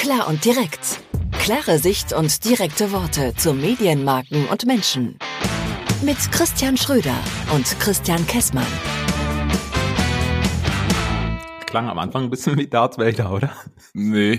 Klar und direkt. Klare Sicht und direkte Worte zu Medienmarken und Menschen. Mit Christian Schröder und Christian Kessmann. Klang am Anfang ein bisschen wie Darth Vader, oder? Nee,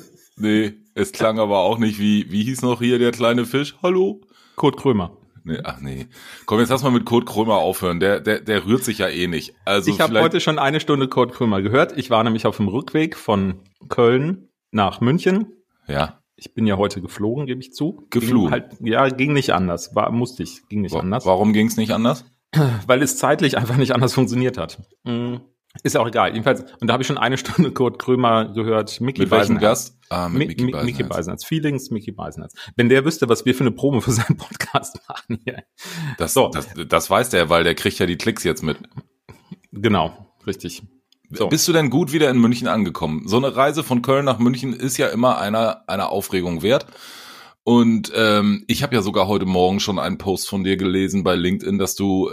es klang aber auch nicht wie hieß noch hier der kleine Fisch? Hallo? Kurt Krömer. Nee. Komm, jetzt lass mal mit Kurt Krömer aufhören. Der rührt sich ja eh nicht. Also ich habe heute schon 1 Stunde Kurt Krömer gehört. Ich war nämlich auf dem Rückweg von Köln nach München. Ja. Ich bin ja heute geflogen, gebe ich zu. Geflogen? Ging nicht anders. Ging nicht anders. Warum ging es nicht anders? Weil es zeitlich einfach nicht anders funktioniert hat. Ist auch egal. Jedenfalls, und da habe ich schon 1 Stunde Kurt Krömer gehört. Mit welchem Gast? Mit Micky Beisenherz. Feelings, Micky Beisenherz. Wenn der wüsste, was wir für eine Promo für seinen Podcast machen hier. Das weiß der, weil der kriegt ja die Klicks jetzt mit. Genau, richtig. So. Bist du denn gut wieder in München angekommen? So eine Reise von Köln nach München ist ja immer einer Aufregung wert. Und ich habe ja sogar heute Morgen schon einen Post von dir gelesen bei LinkedIn, dass du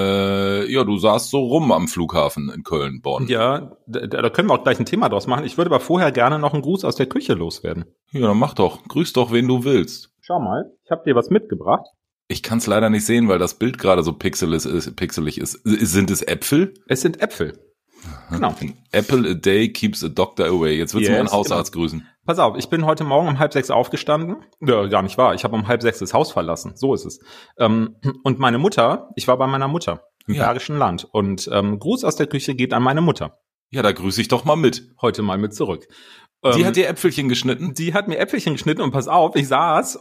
du saßt so rum am Flughafen in Köln, Bonn. Ja, da können wir auch gleich ein Thema draus machen. Ich würde aber vorher gerne noch einen Gruß aus der Küche loswerden. Ja, dann mach doch. Grüß doch, wen du willst. Schau mal, ich habe dir was mitgebracht. Ich kann es leider nicht sehen, weil das Bild gerade so pixelig ist. Sind es Äpfel? Es sind Äpfel. Genau. An apple a day keeps a doctor away. Jetzt willst du meinen Hausarzt grüßen. Pass auf, ich bin heute Morgen um 5:30 aufgestanden. Ja, gar nicht wahr. Ich habe um 5:30 das Haus verlassen. So ist es. Und meine Mutter, ich war bei meiner Mutter im Bergischen Land. Und Gruß aus der Küche geht an meine Mutter. Ja, da grüße ich doch mal mit. Heute mal mit zurück. Die hat dir Äpfelchen geschnitten? Die hat mir Äpfelchen geschnitten und pass auf, ich saß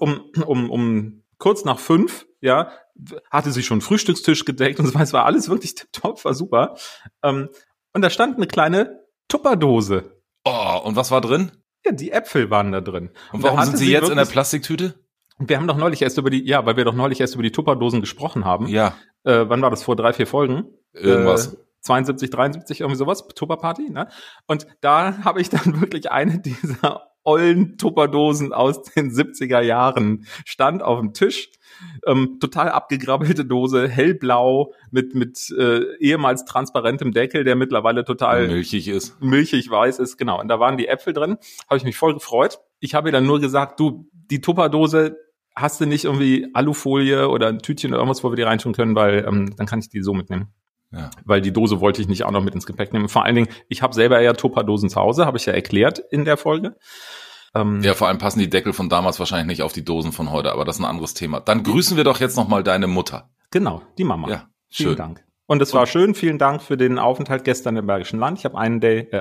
um kurz nach 5, ja, hatte sie schon einen Frühstückstisch gedeckt und so weiter. Es war alles wirklich tipptopp, war super. Und da stand eine kleine Tupperdose. Oh, und was war drin? Ja, die Äpfel waren da drin. Und warum sind sie jetzt in der Plastiktüte? Wir haben doch neulich erst weil wir doch neulich erst über die Tupperdosen gesprochen haben. Ja. Wann war das? Vor 3-4 Folgen? Irgendwas. 72, 73, irgendwie sowas, Tupperparty, ne? Und da habe ich dann wirklich eine dieser ollen Tupperdosen aus den 70er Jahren stand auf dem Tisch. Total abgegrabbelte Dose, hellblau, mit ehemals transparentem Deckel, der mittlerweile total milchig weiß ist, genau. Und da waren die Äpfel drin, habe ich mich voll gefreut. Ich habe ihr dann nur gesagt, du, die Tupperdose, hast du nicht irgendwie Alufolie oder ein Tütchen oder irgendwas, wo wir die reintun können, weil dann kann ich die so mitnehmen. Ja. Weil die Dose wollte ich nicht auch noch mit ins Gepäck nehmen. Vor allen Dingen, ich habe selber ja Tupperdosen zu Hause, habe ich ja erklärt in der Folge. Ja, vor allem passen die Deckel von damals wahrscheinlich nicht auf die Dosen von heute, aber das ist ein anderes Thema. Dann grüßen wir doch jetzt nochmal deine Mutter. Genau, die Mama. Ja, schön. Vielen Dank. Und es war war schön, vielen Dank für den Aufenthalt gestern im Bergischen Land. Ich habe einen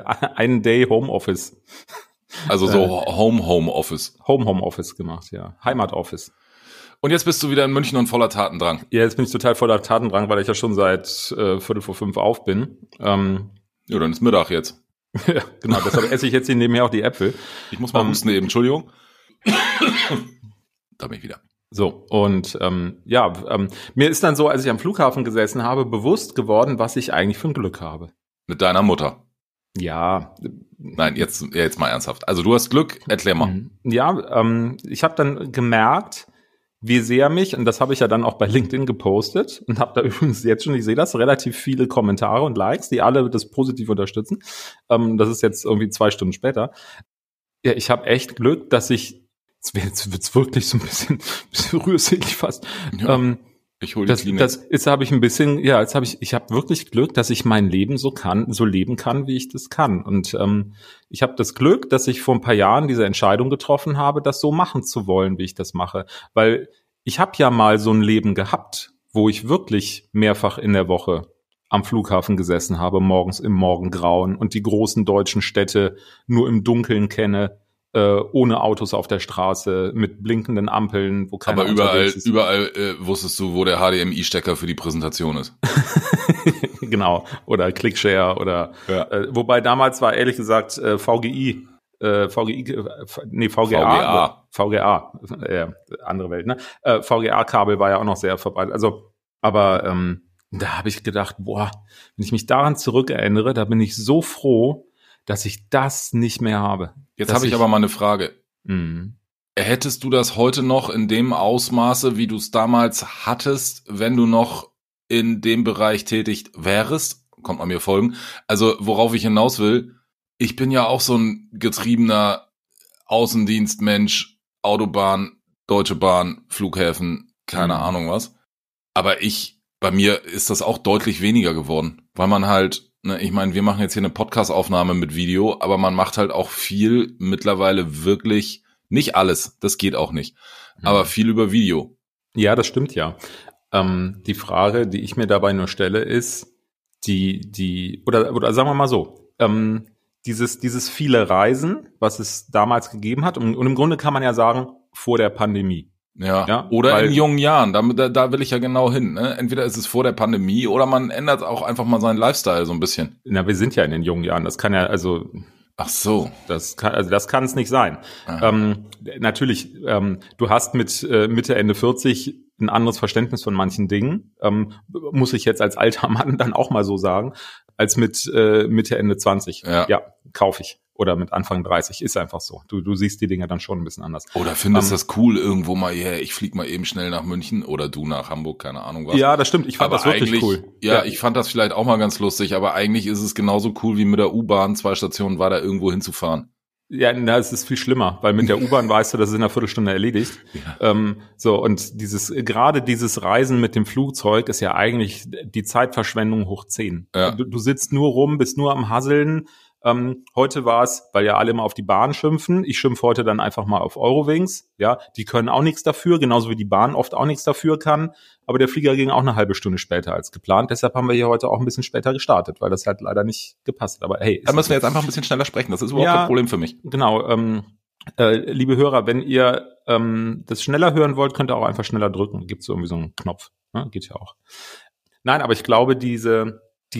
Day Homeoffice. Also so Homeoffice. Homeoffice gemacht, ja. Heimatoffice. Und jetzt bist du wieder in München und voller Tatendrang. Ja, jetzt bin ich total voller Tatendrang, weil ich ja schon seit 4:45 auf bin. Ja, dann ist Mittag jetzt. Ja, genau, deshalb esse ich jetzt hier nebenher auch die Äpfel. Ich muss mal husten eben, Entschuldigung. Da bin ich wieder. So, und mir ist dann so, als ich am Flughafen gesessen habe, bewusst geworden, was ich eigentlich für ein Glück habe. Mit deiner Mutter? Ja. Nein, jetzt mal ernsthaft. Also du hast Glück, erklär mal. Ja, ich habe dann gemerkt, wie sehr mich, und das habe ich ja dann auch bei LinkedIn gepostet und habe da übrigens jetzt schon, ich sehe das, relativ viele Kommentare und Likes, die alle das positiv unterstützen. Das ist jetzt irgendwie 2 Stunden später. Ja, ich habe echt Glück, dass jetzt wird's wirklich so ein bisschen rührselig fast. Ja, ich hole die Kleenex. Ich habe wirklich Glück, dass ich mein Leben so leben kann, wie ich das kann. Und ich habe das Glück, dass ich vor ein paar Jahren diese Entscheidung getroffen habe, das so machen zu wollen, wie ich das mache. Weil ich habe ja mal so ein Leben gehabt, wo ich wirklich mehrfach in der Woche am Flughafen gesessen habe, morgens im Morgengrauen und die großen deutschen Städte nur im Dunkeln kenne, ohne Autos auf der Straße, mit blinkenden Ampeln, wo keiner unterwegs ist. Aber überall wusstest du, wo der HDMI-Stecker für die Präsentation ist. Genau, oder Clickshare oder wobei damals war ehrlich gesagt VGA, andere Welt, ne? VGA-Kabel war ja auch noch sehr verbreitet. Also, aber da habe ich gedacht, boah, wenn ich mich daran zurückerinnere, da bin ich so froh, dass ich das nicht mehr habe. Jetzt habe ich aber mal eine Frage. Hättest du das heute noch in dem Ausmaße, wie du es damals hattest, wenn du noch in dem Bereich tätig wärst? Kommt man mir folgen? Also, worauf ich hinaus will, ich bin ja auch so ein getriebener Außendienstmensch, Autobahn, Deutsche Bahn, Flughäfen, keine Ahnung was. Aber bei mir ist das auch deutlich weniger geworden, weil man halt, ne, ich meine, wir machen jetzt hier eine Podcast-Aufnahme mit Video, aber man macht halt auch viel mittlerweile wirklich, nicht alles, das geht auch nicht, aber viel über Video. Ja, das stimmt ja. Die Frage, die ich mir dabei nur stelle, ist, oder sagen wir mal so, dieses viele Reisen, was es damals gegeben hat, und im Grunde kann man ja sagen, vor der Pandemie. Ja, oder in jungen Jahren, da will ich ja genau hin. Ne? Entweder ist es vor der Pandemie oder man ändert auch einfach mal seinen Lifestyle so ein bisschen. Na, wir sind ja in den jungen Jahren, das kann ja, also... Ach so. Das kann es nicht sein. Natürlich, du hast mit Mitte, Ende 40 ein anderes Verständnis von manchen Dingen, muss ich jetzt als alter Mann dann auch mal so sagen, als mit Mitte, Ende 20. Ja, kaufe ich. Oder mit Anfang 30, ist einfach so. Du siehst die Dinge dann schon ein bisschen anders. Oder findest das cool irgendwo mal, ich flieg mal eben schnell nach München oder du nach Hamburg, keine Ahnung was. Ja, das stimmt, ich fand das wirklich cool. Ja, ich fand das vielleicht auch mal ganz lustig, aber eigentlich ist es genauso cool wie mit der U-Bahn 2 Stationen weiter irgendwo hinzufahren. Ja, es ist viel schlimmer, weil mit der U-Bahn weißt du, das ist in einer Viertelstunde erledigt. Ja. Und gerade dieses Reisen mit dem Flugzeug ist ja eigentlich die Zeitverschwendung hoch 10. Ja. Du sitzt nur rum, bist nur am Hasseln. Heute war es, weil ja alle immer auf die Bahn schimpfen, ich schimpfe heute dann einfach mal auf Eurowings, ja, die können auch nichts dafür, genauso wie die Bahn oft auch nichts dafür kann, aber der Flieger ging auch eine halbe Stunde später als geplant, deshalb haben wir hier heute auch ein bisschen später gestartet, weil das halt leider nicht gepasst hat, aber hey. Da müssen wir jetzt einfach ein bisschen schneller sprechen, das ist überhaupt kein Problem für mich. Genau, liebe Hörer, wenn ihr das schneller hören wollt, könnt ihr auch einfach schneller drücken, gibt's irgendwie so einen Knopf, ne? Geht ja auch. Nein, aber ich glaube, diesen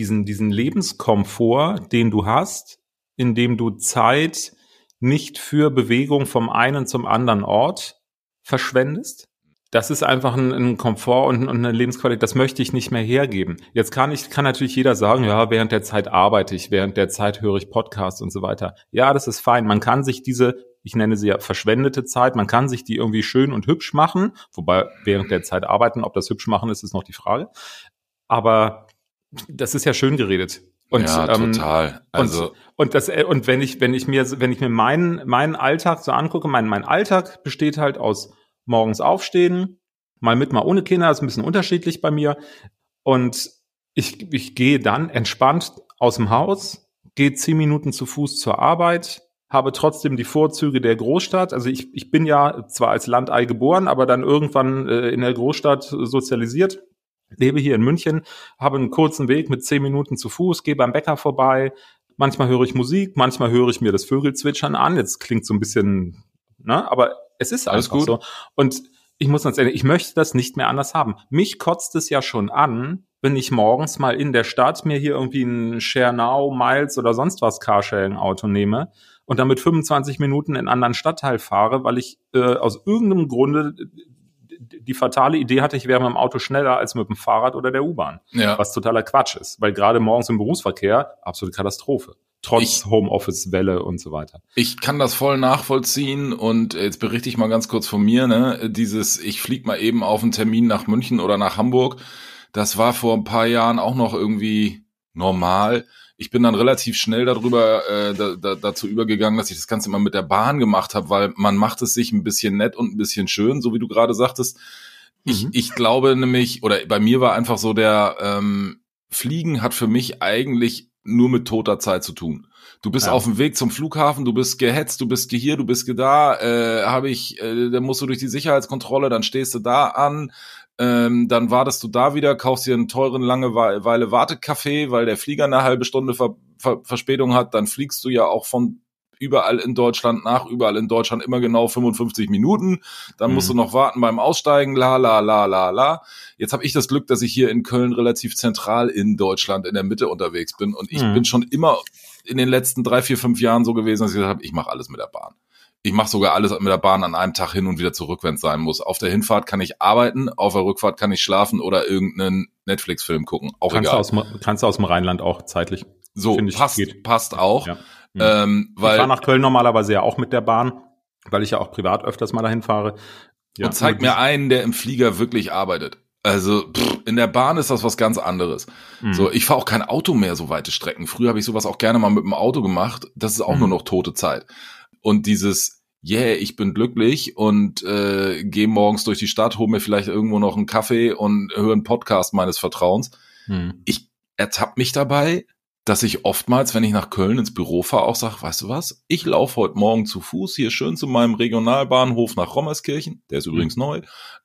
Lebenskomfort, den du hast, indem du Zeit nicht für Bewegung vom einen zum anderen Ort verschwendest, das ist einfach ein Komfort und eine Lebensqualität, das möchte ich nicht mehr hergeben. Jetzt kann natürlich jeder sagen, ja, während der Zeit arbeite ich, während der Zeit höre ich Podcasts und so weiter. Ja, das ist fein. Man kann sich ich nenne sie ja verschwendete Zeit, man kann sich die irgendwie schön und hübsch machen, wobei während der Zeit arbeiten, ob das hübsch machen ist noch die Frage. Aber das ist ja schön geredet. Und, ja, total. Also und wenn ich mir meinen Alltag so angucke, mein Alltag besteht halt aus morgens aufstehen, mal mit, mal ohne Kinder, das ist ein bisschen unterschiedlich bei mir. Und ich gehe dann entspannt aus dem Haus, gehe 10 Minuten zu Fuß zur Arbeit, habe trotzdem die Vorzüge der Großstadt. Also ich bin ja zwar als Landei geboren, aber dann irgendwann in der Großstadt sozialisiert. Lebe hier in München, habe einen kurzen Weg mit 10 Minuten zu Fuß, gehe beim Bäcker vorbei. Manchmal höre ich Musik, manchmal höre ich mir das Vögelzwitschern an. Jetzt klingt so ein bisschen, ne, aber es ist alles gut so. Und ich muss ganz ehrlich, ich möchte das nicht mehr anders haben. Mich kotzt es ja schon an, wenn ich morgens mal in der Stadt mir hier irgendwie ein ShareNow, Miles oder sonst was Carsharing-Auto nehme und dann mit 25 Minuten in einen anderen Stadtteil fahre, weil ich aus irgendeinem Grunde die fatale Idee hatte, ich wäre mit dem Auto schneller als mit dem Fahrrad oder der U-Bahn. Ja. Was totaler Quatsch ist, weil gerade morgens im Berufsverkehr absolute Katastrophe. Trotz Homeoffice-Welle und so weiter. Ich kann das voll nachvollziehen und jetzt berichte ich mal ganz kurz von mir, ne, ich flieg mal eben auf einen Termin nach München oder nach Hamburg. Das war vor ein paar Jahren auch noch irgendwie normal. Ich bin dann relativ schnell dazu übergegangen, dass ich das Ganze immer mit der Bahn gemacht habe, weil man macht es sich ein bisschen nett und ein bisschen schön, so wie du gerade sagtest. Ich glaube nämlich, oder bei mir war einfach so Fliegen hat für mich eigentlich nur mit toter Zeit zu tun. Du bist auf dem Weg zum Flughafen, du bist gehetzt, du bist hier, du bist da, dann musst du durch die Sicherheitskontrolle, dann stehst du da an, dann wartest du da wieder, kaufst dir einen teuren Langeweile Wartekaffee, weil der Flieger eine halbe Stunde Verspätung hat, dann fliegst du ja auch von überall in Deutschland nach überall in Deutschland immer genau 55 Minuten, dann musst du noch warten beim Aussteigen, la. Jetzt habe ich das Glück, dass ich hier in Köln relativ zentral in Deutschland in der Mitte unterwegs bin und ich bin schon immer in den letzten 3, 4, 5 Jahren so gewesen, dass ich gesagt habe, ich mache alles mit der Bahn. Ich mache sogar alles mit der Bahn an einem Tag hin und wieder zurück, wenn es sein muss. Auf der Hinfahrt kann ich arbeiten, auf der Rückfahrt kann ich schlafen oder irgendeinen Netflix-Film gucken. Auch egal. Kannst du aus dem Rheinland auch zeitlich. So, passt auch. Ja. Weil ich fahre nach Köln normalerweise ja auch mit der Bahn, weil ich ja auch privat öfters mal dahin fahre. Ja, und zeig mir einen, der im Flieger wirklich arbeitet. Also in der Bahn ist das was ganz anderes. So, ich fahre auch kein Auto mehr so weite Strecken. Früher habe ich sowas auch gerne mal mit dem Auto gemacht. Das ist auch nur noch tote Zeit. Und dieses ich bin glücklich und gehe morgens durch die Stadt, hole mir vielleicht irgendwo noch einen Kaffee und höre einen Podcast meines Vertrauens. Ich ertappe mich dabei, dass ich oftmals, wenn ich nach Köln ins Büro fahre, auch sage, weißt du was, ich laufe heute Morgen zu Fuß hier schön zu meinem Regionalbahnhof nach Rommerskirchen, der ist übrigens neu,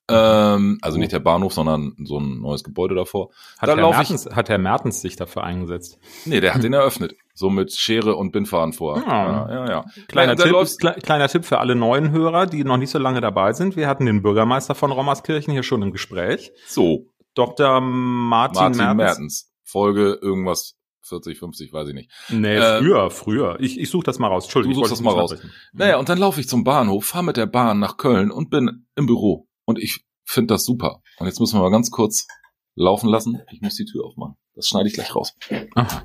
also nicht der Bahnhof, sondern so ein neues Gebäude davor. Hat Herr Mertens sich dafür eingesetzt? Nee, der hat den eröffnet, so mit Schere und Bindfaden vor. Ja. Kleiner Tipp für alle neuen Hörer, die noch nicht so lange dabei sind. Wir hatten den Bürgermeister von Rommerskirchen hier schon im Gespräch. So. Dr. Martin Mertens. Folge irgendwas 40, 50, weiß ich nicht. Nee, früher. Ich suche das mal raus. Entschuldigung. Du suchst das mal raus. Naja, und dann laufe ich zum Bahnhof, fahre mit der Bahn nach Köln und bin im Büro. Und ich finde das super. Und jetzt müssen wir mal ganz kurz laufen lassen. Ich muss die Tür aufmachen. Das schneide ich gleich raus. Ach.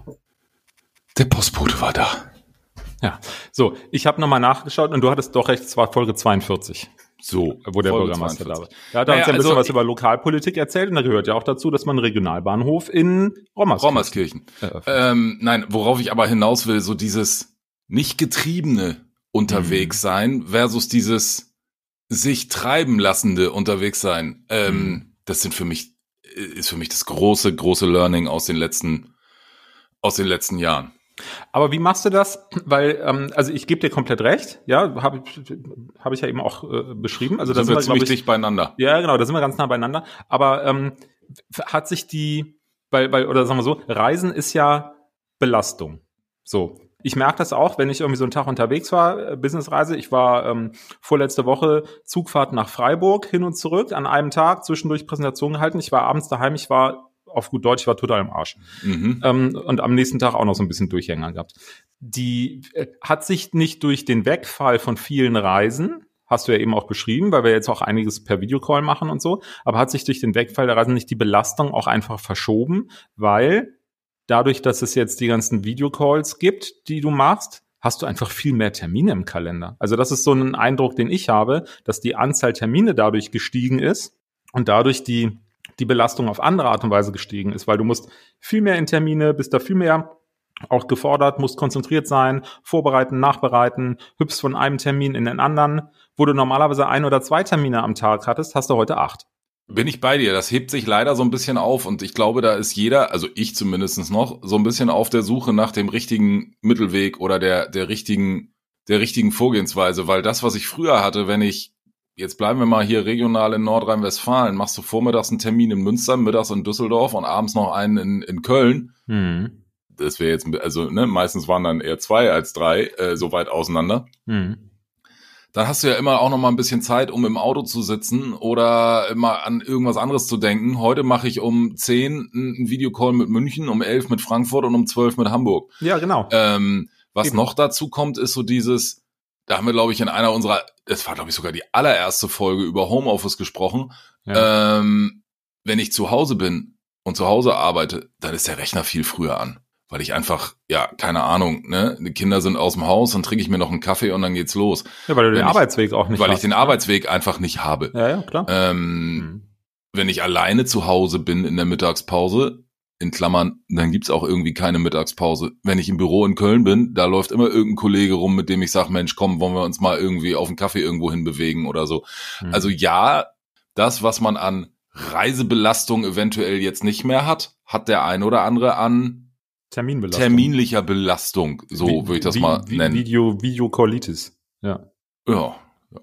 Der Postbote war da. Ja, so, ich habe nochmal nachgeschaut und du hattest doch recht, es war Folge 42. So, wo der Folge Bürgermeister 42. da war. Er hat uns ein bisschen was über Lokalpolitik erzählt und da gehört ja auch dazu, dass man einen Regionalbahnhof in Rommerskirchen. Nein, worauf ich aber hinaus will, so dieses nicht getriebene unterwegs sein versus dieses sich treiben lassende unterwegs sein. Das ist für mich das große Learning aus den letzten Jahren. Aber wie machst du das? Weil, also ich gebe dir komplett recht, ja, habe ich ja eben auch beschrieben. Also da sind wir ziemlich dicht beieinander. Ja, genau, da sind wir ganz nah beieinander. Aber hat sich oder sagen wir so, Reisen ist ja Belastung. So, ich merke das auch, wenn ich irgendwie so einen Tag unterwegs war, Businessreise. Ich war vorletzte Woche Zugfahrt nach Freiburg hin und zurück an einem Tag, zwischendurch Präsentation gehalten. Ich war abends daheim, ich war auf gut Deutsch, ich war total im Arsch. Und am nächsten Tag auch noch so ein bisschen Durchhänger gehabt. Die hat sich nicht durch den Wegfall von vielen Reisen, hast du ja eben auch beschrieben, weil wir jetzt auch einiges per Videocall machen und so, aber hat sich durch den Wegfall der Reisen nicht die Belastung auch einfach verschoben, weil dadurch, dass es jetzt die ganzen Videocalls gibt, die du machst, hast du einfach viel mehr Termine im Kalender. Also das ist so ein Eindruck, den ich habe, dass die Anzahl Termine dadurch gestiegen ist und dadurch die Belastung auf andere Art und Weise gestiegen ist, weil du musst viel mehr in Termine, bist da viel mehr auch gefordert, musst konzentriert sein, vorbereiten, nachbereiten, hüpfst von einem Termin in den anderen. Wo du normalerweise 1 oder 2 Termine am Tag hattest, hast du heute 8. Bin ich bei dir. Das hebt sich leider so ein bisschen auf und ich glaube, da ist jeder, also ich zumindest noch, so ein bisschen auf der Suche nach dem richtigen Mittelweg oder der richtigen Vorgehensweise, weil das, was ich früher hatte, jetzt bleiben wir mal hier regional in Nordrhein-Westfalen, machst du vormittags einen Termin in Münster, mittags in Düsseldorf und abends noch einen in Köln. Das wäre jetzt, also meistens waren dann eher 2 als 3, so weit auseinander. Dann hast du ja immer auch noch mal ein bisschen Zeit, um im Auto zu sitzen oder immer an irgendwas anderes zu denken. Heute mache ich um 10 einen Videocall mit München, um 11 mit Frankfurt und um 12 mit Hamburg. Ja, genau. Was noch dazu kommt, ist so dieses, da haben wir, glaube ich, in einer unserer, das war, glaube ich, sogar die allererste Folge über Homeoffice gesprochen. Ja. Wenn ich zu Hause bin und zu Hause arbeite, dann ist der Rechner viel früher an. Weil ich einfach, ja, keine Ahnung, die Kinder sind aus dem Haus, dann trinke ich mir noch einen Kaffee und dann geht's los. Ja, weil du den Arbeitsweg auch nicht hast. Weil ich den Arbeitsweg einfach nicht habe. Ja, klar. Wenn ich alleine zu Hause bin in der Mittagspause, in Klammern, dann gibt's auch irgendwie keine Mittagspause. Wenn ich im Büro in Köln bin, da läuft immer irgendein Kollege rum, mit dem ich sage, Mensch, komm, wollen wir uns mal irgendwie auf einen Kaffee irgendwo hin bewegen oder so. Also ja, das, was man an Reisebelastung eventuell jetzt nicht mehr hat der ein oder andere an terminlicher Belastung, so würde ich das mal nennen. Videocallitis, ja. Ja.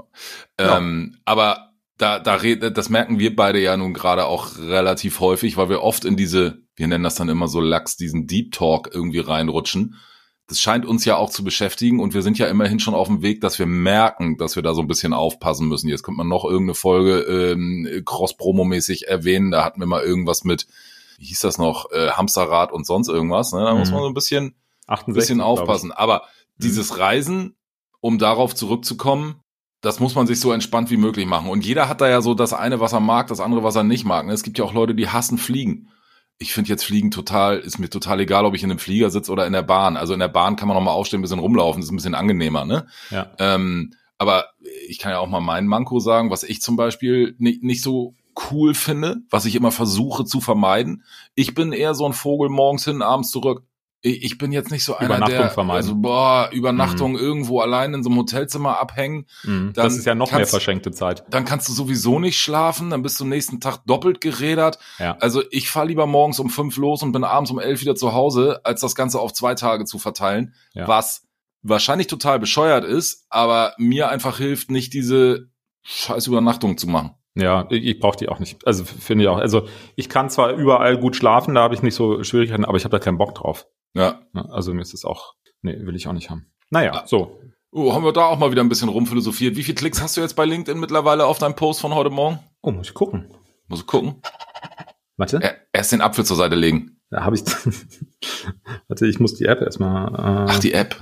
Aber das merken wir beide ja nun gerade auch relativ häufig, weil wir oft in wir nennen das dann immer so lax, diesen Deep Talk irgendwie reinrutschen. Das scheint uns ja auch zu beschäftigen und wir sind ja immerhin schon auf dem Weg, dass wir merken, dass wir da so ein bisschen aufpassen müssen. Jetzt könnte man noch irgendeine Folge Cross-Promo-mäßig erwähnen, da hatten wir mal irgendwas mit, wie hieß das noch, Hamsterrad und sonst irgendwas, ne? Da muss man so ein bisschen aufpassen. Aber dieses Reisen, um darauf zurückzukommen, das muss man sich so entspannt wie möglich machen. Und jeder hat da ja so das eine, was er mag, das andere, was er nicht mag. Es gibt ja auch Leute, die hassen Fliegen. Ich finde jetzt Fliegen ist mir total egal, ob ich in einem Flieger sitze oder in der Bahn. Also in der Bahn kann man noch mal aufstehen, ein bisschen rumlaufen, das ist ein bisschen angenehmer, ne? Ja. Aber ich kann ja auch mal meinen Manko sagen, was ich zum Beispiel nicht so cool finde, was ich immer versuche zu vermeiden. Ich bin eher so ein Vogel morgens hin, abends zurück. Ich bin jetzt nicht so einer, Übernachtung vermeiden. Übernachtung irgendwo allein in so einem Hotelzimmer abhängen. Das ist ja noch mehr verschenkte Zeit. Dann kannst du sowieso nicht schlafen, dann bist du nächsten Tag doppelt gerädert. Ja. Also ich fahre lieber morgens um 5 los und bin abends um 11 wieder zu Hause, als das Ganze auf 2 Tage zu verteilen, was wahrscheinlich total bescheuert ist, aber mir einfach hilft, nicht diese scheiß Übernachtung zu machen. Ja, ich brauche die auch nicht. Also finde ich auch. Also ich kann zwar überall gut schlafen, da habe ich nicht so Schwierigkeiten, aber ich habe da keinen Bock drauf. Ja. Also mir ist es auch, will ich auch nicht haben. Naja, so. Haben wir da auch mal wieder ein bisschen rumphilosophiert. Wie viele Klicks hast du jetzt bei LinkedIn mittlerweile auf deinem Post von heute Morgen? Oh, muss ich gucken. Muss ich gucken? Warte. Erst den Apfel zur Seite legen. Da habe ich. Warte, ich muss die App erstmal. Ach, die App.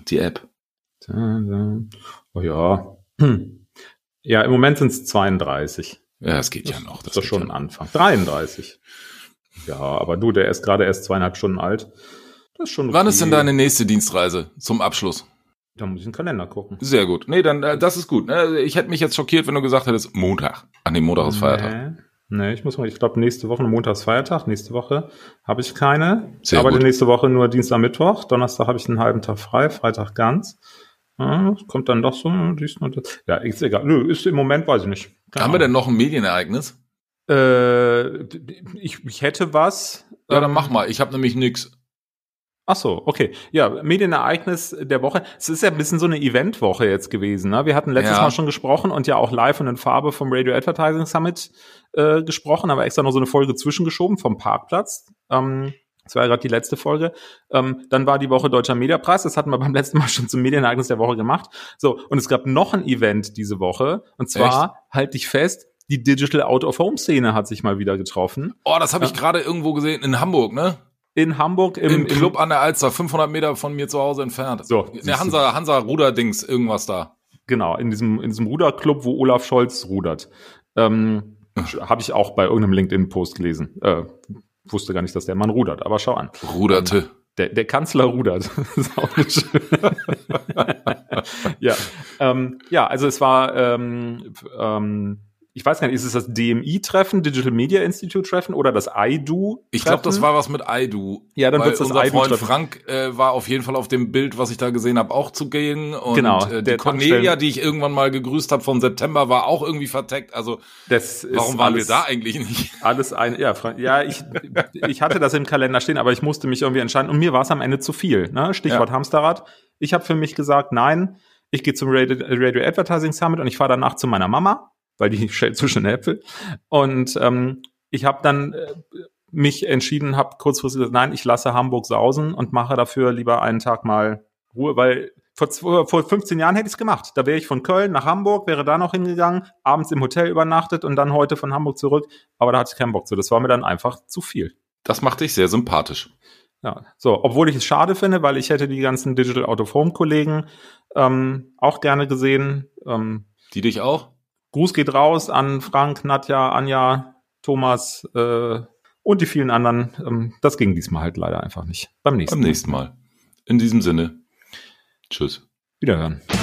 Oh ja. Ja, im Moment sind es 32. Ja, das geht ja noch. Das ist schon ein Anfang. 33. Ja, aber du, der ist gerade erst 2,5 Stunden alt. Das ist schon okay. Wann ist denn deine nächste Dienstreise zum Abschluss? Da muss ich in den Kalender gucken. Sehr gut. Nee, dann, das ist gut. Ich hätte mich jetzt schockiert, wenn du gesagt hättest, Montag. Ach nee, Montag ist Feiertag. Nee, ich glaube, nächste Woche, Montag ist Feiertag. Nächste Woche habe ich keine. Sehr aber gut. Die nächste Woche nur Dienstag, Mittwoch. Donnerstag habe ich einen halben Tag frei, Freitag ganz. Kommt dann doch so. Ja, ist egal. Nö, ist im Moment, weiß ich nicht. Haben wir denn noch ein Medienereignis? Ich hätte was. Ja, dann mach mal. Ich habe nämlich nix. Ach so, okay. Ja, Medienereignis der Woche. Es ist ja ein bisschen so eine Eventwoche jetzt gewesen. Ne? Wir hatten letztes Mal schon gesprochen und ja auch live und in Farbe vom Radio Advertising Summit gesprochen, aber extra noch so eine Folge zwischengeschoben vom Parkplatz. Das war ja gerade die letzte Folge. Dann war die Woche Deutscher Mediapreis. Das hatten wir beim letzten Mal schon zum Medienereignis der Woche gemacht. So, und es gab noch ein Event diese Woche. Und zwar, halt dich fest, die Digital Out-of-Home-Szene hat sich mal wieder getroffen. Oh, das habe ich gerade irgendwo gesehen. In Hamburg, ne? In Hamburg. Im Club an der Alster, 500 Meter von mir zu Hause entfernt. So. Der Hansa Ruderdings, irgendwas da. Genau, in diesem Ruderclub, wo Olaf Scholz rudert. Habe ich auch bei irgendeinem LinkedIn-Post gelesen. Wusste gar nicht, dass der Mann rudert, aber schau an. Ruderte. Der Kanzler rudert. Das ist auch nicht schön. Ja, also es war ich weiß gar nicht, ist es das DMI-Treffen, Digital Media Institute-Treffen oder das IDO-Treffen? Ich glaube, das war was mit IDO. Ja, dann wird es das unser Freund IDO-Treffen. Frank war auf jeden Fall auf dem Bild, was ich da gesehen habe, auch zugegen. Und genau, die Cornelia, die ich irgendwann mal gegrüßt habe vom September, war auch irgendwie verteckt. Also warum waren wir da eigentlich nicht? Alles ich hatte das im Kalender stehen, aber ich musste mich irgendwie entscheiden. Und mir war es am Ende zu viel. Ne? Stichwort Hamsterrad. Ich habe für mich gesagt, nein, ich gehe zum Radio Advertising Summit und ich fahre danach zu meiner Mama, weil die schält zwischen Äpfel. Und ich habe dann mich entschieden, habe kurzfristig gesagt, nein, ich lasse Hamburg sausen und mache dafür lieber einen Tag mal Ruhe, weil vor 15 Jahren hätte ich es gemacht. Da wäre ich von Köln nach Hamburg, wäre da noch hingegangen, abends im Hotel übernachtet und dann heute von Hamburg zurück. Aber da hatte ich keinen Bock zu. Das war mir dann einfach zu viel. Das macht dich sehr sympathisch. Ja, so, obwohl ich es schade finde, weil ich hätte die ganzen Digital Out of Home Kollegen auch gerne gesehen. Die dich auch? Gruß geht raus an Frank, Nadja, Anja, Thomas und die vielen anderen. Das ging diesmal halt leider einfach nicht. Beim nächsten Mal. In diesem Sinne. Tschüss. Wiederhören.